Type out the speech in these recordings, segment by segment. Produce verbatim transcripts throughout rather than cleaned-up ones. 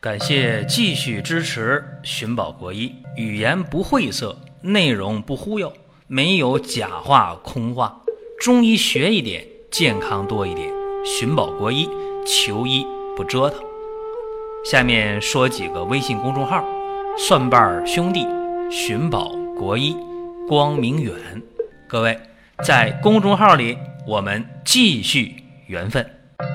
感谢继续支持寻宝国医，语言不晦涩，内容不忽悠，没有假话空话，中医学一点，健康多一点。寻宝国医，求医不折腾。下面说几个微信公众号：蒜瓣兄弟、寻宝国医、光明远。各位在公众号里，我们继续缘分。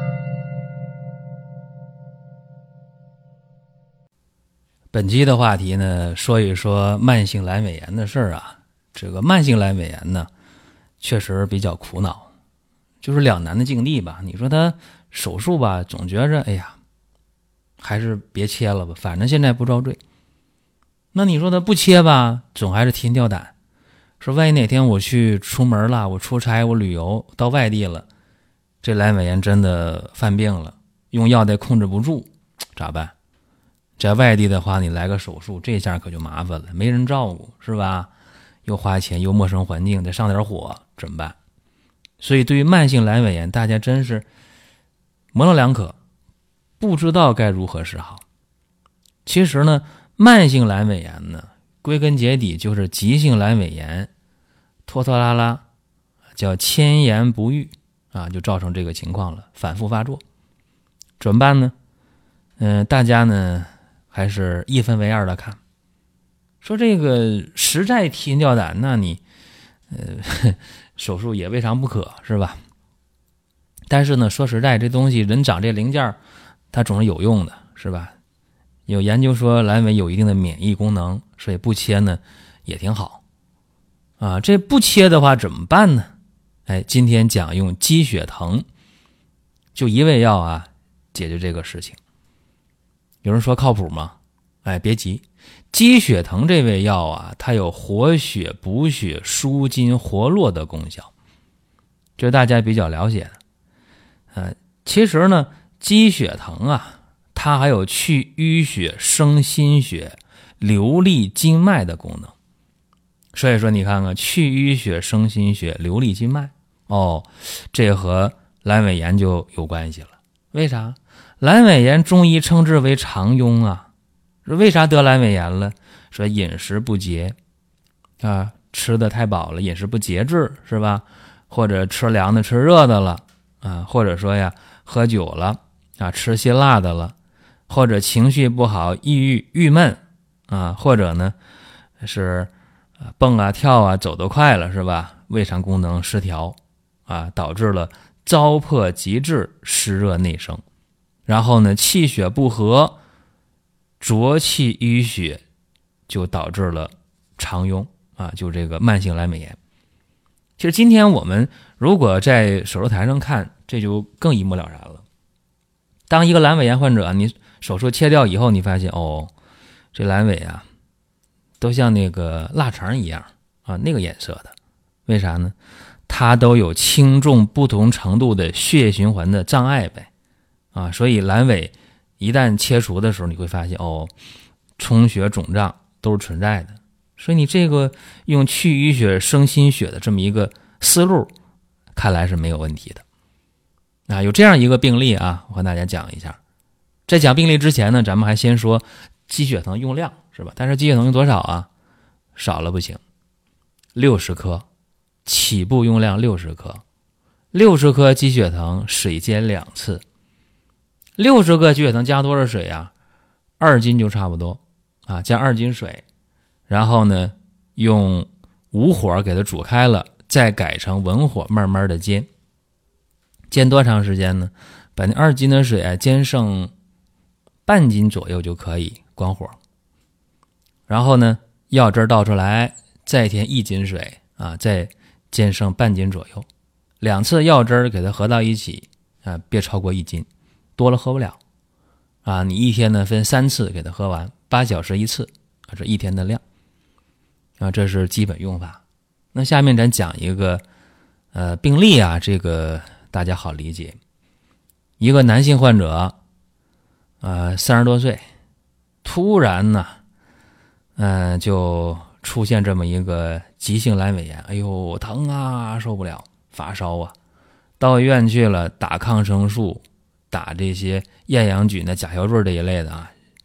本期的话题呢，说一说慢性阑尾炎的事儿啊。这个慢性阑尾炎呢，确实比较苦恼，就是两难的境地吧。你说他手术吧，总觉着哎呀，还是别切了吧，反正现在不遭罪。那你说他不切吧，总还是提心吊胆，说万一哪天我去出门了，我出差，我旅游到外地了，这阑尾炎真的犯病了，用药再控制不住，咋办？在外地的话，你来个手术，这下可就麻烦了，没人照顾，是吧？又花钱，又陌生环境，再上点火，怎么办？所以对于慢性阑尾炎，大家真是模棱两可，不知道该如何是好。其实呢，慢性阑尾炎呢，归根结底就是急性阑尾炎拖拖拉拉，叫迁延不愈啊，就造成这个情况了，反复发作。怎么办呢？嗯、呃，大家呢还是一分为二的看。说这个实在提心吊胆，那你呃手术也未尝不可，是吧？但是呢，说实在，这东西人长这零件它总是有用的，是吧？有研究说阑尾有一定的免疫功能，所以不切呢也挺好啊。这不切的话怎么办呢？哎，今天讲用鸡血藤，就一味药啊解决这个事情。有人说靠谱吗？哎，别急，鸡血藤这味药啊，它有活血、补血、舒筋、活络的功效，这是大家比较了解的。呃，其实呢，鸡血藤啊，它还有去淤血、生心血、流利筋脉的功能。所以说，你看看，去淤血、生心血、流利筋脉，哦，这和阑尾炎就有关系了。为啥？阑尾炎中医称之为肠痈啊。为啥得阑尾炎了？说饮食不节啊，吃的太饱了，饮食不节制，是吧？或者吃凉的吃热的了啊，或者说呀喝酒了啊，吃辛辣的了，或者情绪不好，抑郁郁闷啊，或者呢是蹦啊跳啊走得快了，是吧？胃肠功能失调啊，导致了糟粕极滞，湿热内生，然后呢气血不和，浊气淤血，就导致了肠痈啊，就这个慢性阑尾炎。其实今天我们如果在手术台上看，这就更一目了然了。当一个阑尾炎患者，你手术切掉以后，你发现哦，这阑尾啊都像那个腊肠一样啊，那个颜色的。为啥呢？它都有轻重不同程度的血液循环的障碍呗啊，所以阑尾一旦切除的时候，你会发现哦，充血肿胀都是存在的。所以你这个用去淤血生心血的这么一个思路，看来是没有问题的啊。有这样一个病例啊，我和大家讲一下。在讲病例之前呢，咱们还先说鸡血藤用量，是吧？但是鸡血藤用多少啊？少了不行，六十克，起步用量六十克，六十克鸡血藤水煎两次。六十克鸡血藤加多少水啊？二斤就差不多啊，加二斤水，然后呢，用武火给它煮开了，再改成文火慢慢的煎。煎多长时间呢？把那二斤的水啊煎剩半斤左右就可以，关火。然后呢，药汁倒出来，再添一斤水啊，再煎剩半斤左右。两次药汁给它合到一起啊，别超过一斤。多了喝不了啊！你一天呢分三次给它喝完，八小时一次啊，这一天的量啊，这是基本用法。那下面咱讲一个呃病例啊，这个大家好理解。一个男性患者，呃三十多岁，突然呢，嗯、呃、就出现这么一个急性阑尾炎，哎呦疼啊，受不了，发烧啊，到医院去了，打抗生素。打这些厌氧菌的甲硝唑这一类的啊，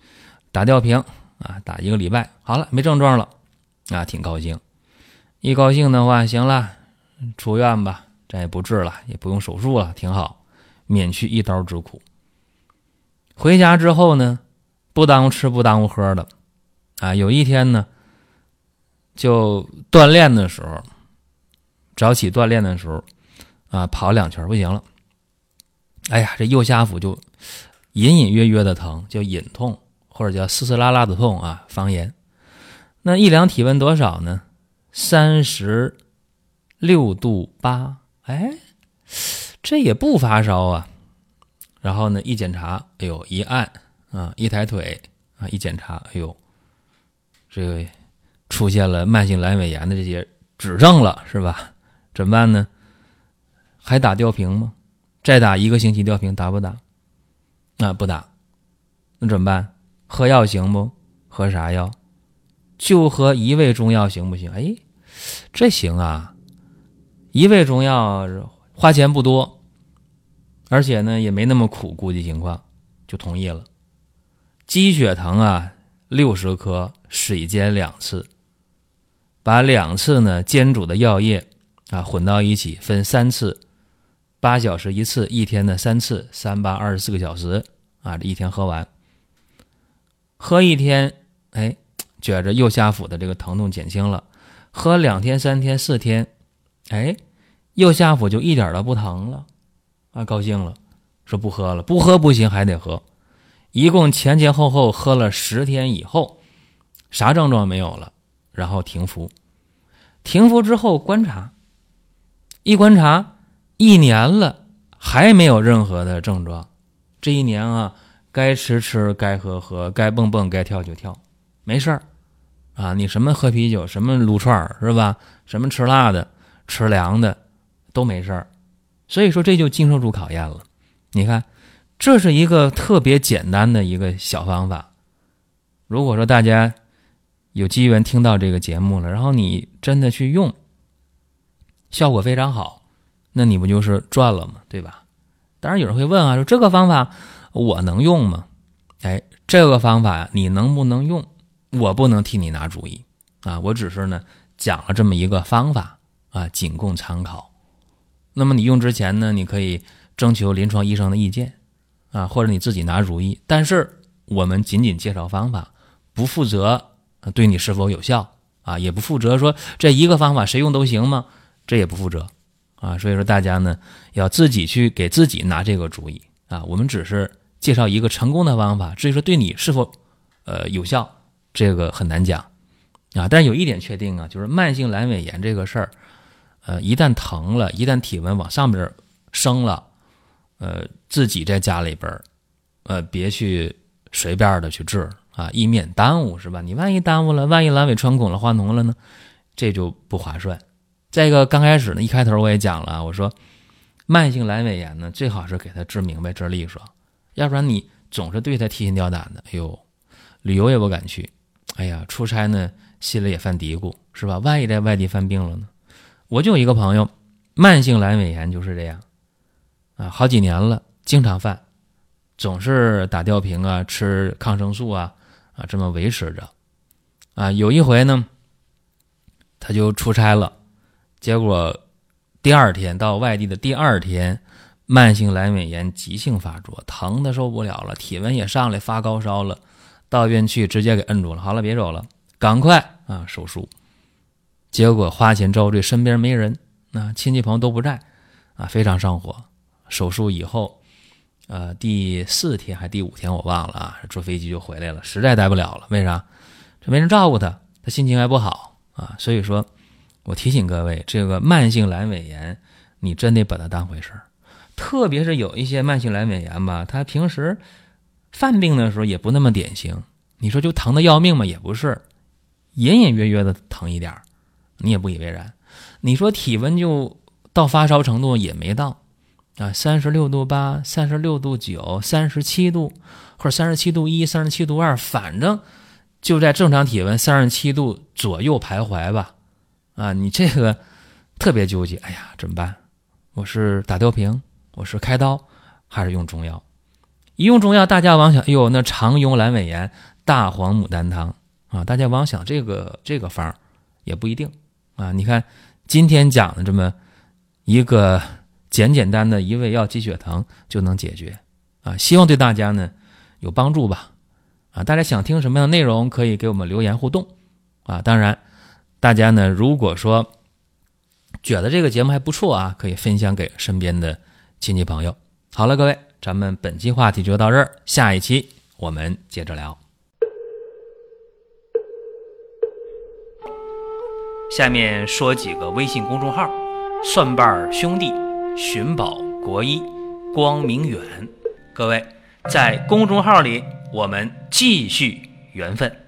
打吊瓶啊，打一个礼拜，好了，没症状了啊，挺高兴。一高兴的话，行了，出院吧，咱也不治了，也不用手术了，挺好，免去一刀之苦。回家之后呢，不耽误吃不耽误喝的啊，有一天呢，就锻炼的时候，早起锻炼的时候啊，跑两圈不行了，哎呀，这右下腹就隐隐约约的疼，叫隐痛或者叫丝丝拉拉的痛啊，方言。那一量体温多少呢？三十六度八，哎，这也不发烧啊。然后呢，一检查，哎呦，一按啊，一抬腿啊，一检查，哎呦，这个出现了慢性阑尾炎的这些指症了，是吧？怎么办呢？还打吊瓶吗？再打一个星期吊瓶，打不打？啊，不打。那怎么办？喝药行不？喝啥药？就喝一味中药行不行？哎，这行啊，一味中药花钱不多，而且呢也没那么苦，估计情况就同意了。鸡血藤啊，六十克，水煎两次，把两次呢煎煮的药液啊混到一起，分三次，八小时一次，一天的三次，三八二十四个小时啊，这一天喝完。喝一天，哎，觉着右下腹的这个疼痛减轻了。喝两天、三天、四天，哎，右下腹就一点都不疼了，啊，高兴了，说不喝了，不喝不行，还得喝。一共前前后后喝了十天以后，啥症状没有了，然后停服。停服之后观察，一观察，一年了还没有任何的症状。这一年啊，该吃吃，该喝喝，该蹦蹦，该跳就跳，没事儿啊。你什么喝啤酒，什么撸串是吧？什么吃辣的，吃凉的都没事儿。所以说这就经受住考验了。你看，这是一个特别简单的一个小方法。如果说大家有机缘听到这个节目了，然后你真的去用，效果非常好，那你不就是赚了吗？对吧？当然有人会问啊，说这个方法我能用吗？哎，这个方法你能不能用，我不能替你拿主意啊，我只是呢讲了这么一个方法啊，仅供参考。那么你用之前呢，你可以征求临床医生的意见啊，或者你自己拿主意。但是我们仅仅介绍方法，不负责对你是否有效啊，也不负责说这一个方法谁用都行吗？这也不负责啊。所以说大家呢要自己去给自己拿这个主意啊。我们只是介绍一个成功的方法，至于说对你是否呃有效，这个很难讲啊。但是有一点确定啊，就是慢性阑尾炎这个事儿，呃，一旦疼了，一旦体温往上边升了，呃，自己在家里边，呃，别去随便的去治啊，以免耽误，是吧？你万一耽误了，万一阑尾穿孔了、化脓了呢，这就不划算。再一个，刚开始呢，一开头我也讲了，我说慢性阑尾炎呢，最好是给他治明白、治利索，要不然你总是对他提心吊胆的，哎呦，旅游也不敢去，哎呀，出差呢心里也犯嘀咕，是吧？万一在外地犯病了呢？我就有一个朋友，慢性阑尾炎就是这样啊，好几年了，经常犯，总是打吊瓶啊，吃抗生素啊，啊，这么维持着啊。有一回呢，他就出差了，结果第二天到外地的第二天，慢性阑尾炎急性发作，疼的受不了了，体温也上来，发高烧了，到医院去直接给摁住了，好了，别走了，赶快啊手术。结果花钱遭罪，身边没人啊，亲戚朋友都不在啊，非常上火。手术以后呃，第四天还第五天我忘了啊，坐飞机就回来了，实在待不了了。为啥？这没人照顾他，他心情还不好啊。所以说我提醒各位，这个慢性阑尾炎你真得把它当回事儿。特别是有一些慢性阑尾炎吧，他平时犯病的时候也不那么典型，你说就疼得要命吗？也不是，隐隐约约的疼一点，你也不以为然。你说体温就到发烧程度也没到啊，三十六度八、三十六度九、三十七度，或者三十七度一、三十七度二，反正就在正常体温三十七度左右徘徊吧。啊，你这个特别纠结，哎呀，怎么办？我是打吊瓶，我是开刀，还是用中药？一用中药，大家往想，哎呦，那常用阑尾炎大黄牡丹汤啊，大家妄想这个这个方也不一定啊。你看今天讲的这么一个简简单的一味药鸡血藤就能解决啊，希望对大家呢有帮助吧啊。大家想听什么样的内容可以给我们留言互动啊。当然大家呢如果说觉得这个节目还不错啊，可以分享给身边的亲戚朋友。好了，各位，咱们本期话题就到这儿，下一期我们接着聊。下面说几个微信公众号：蒜瓣兄弟、寻宝国医、光明远。各位在公众号里我们继续缘分。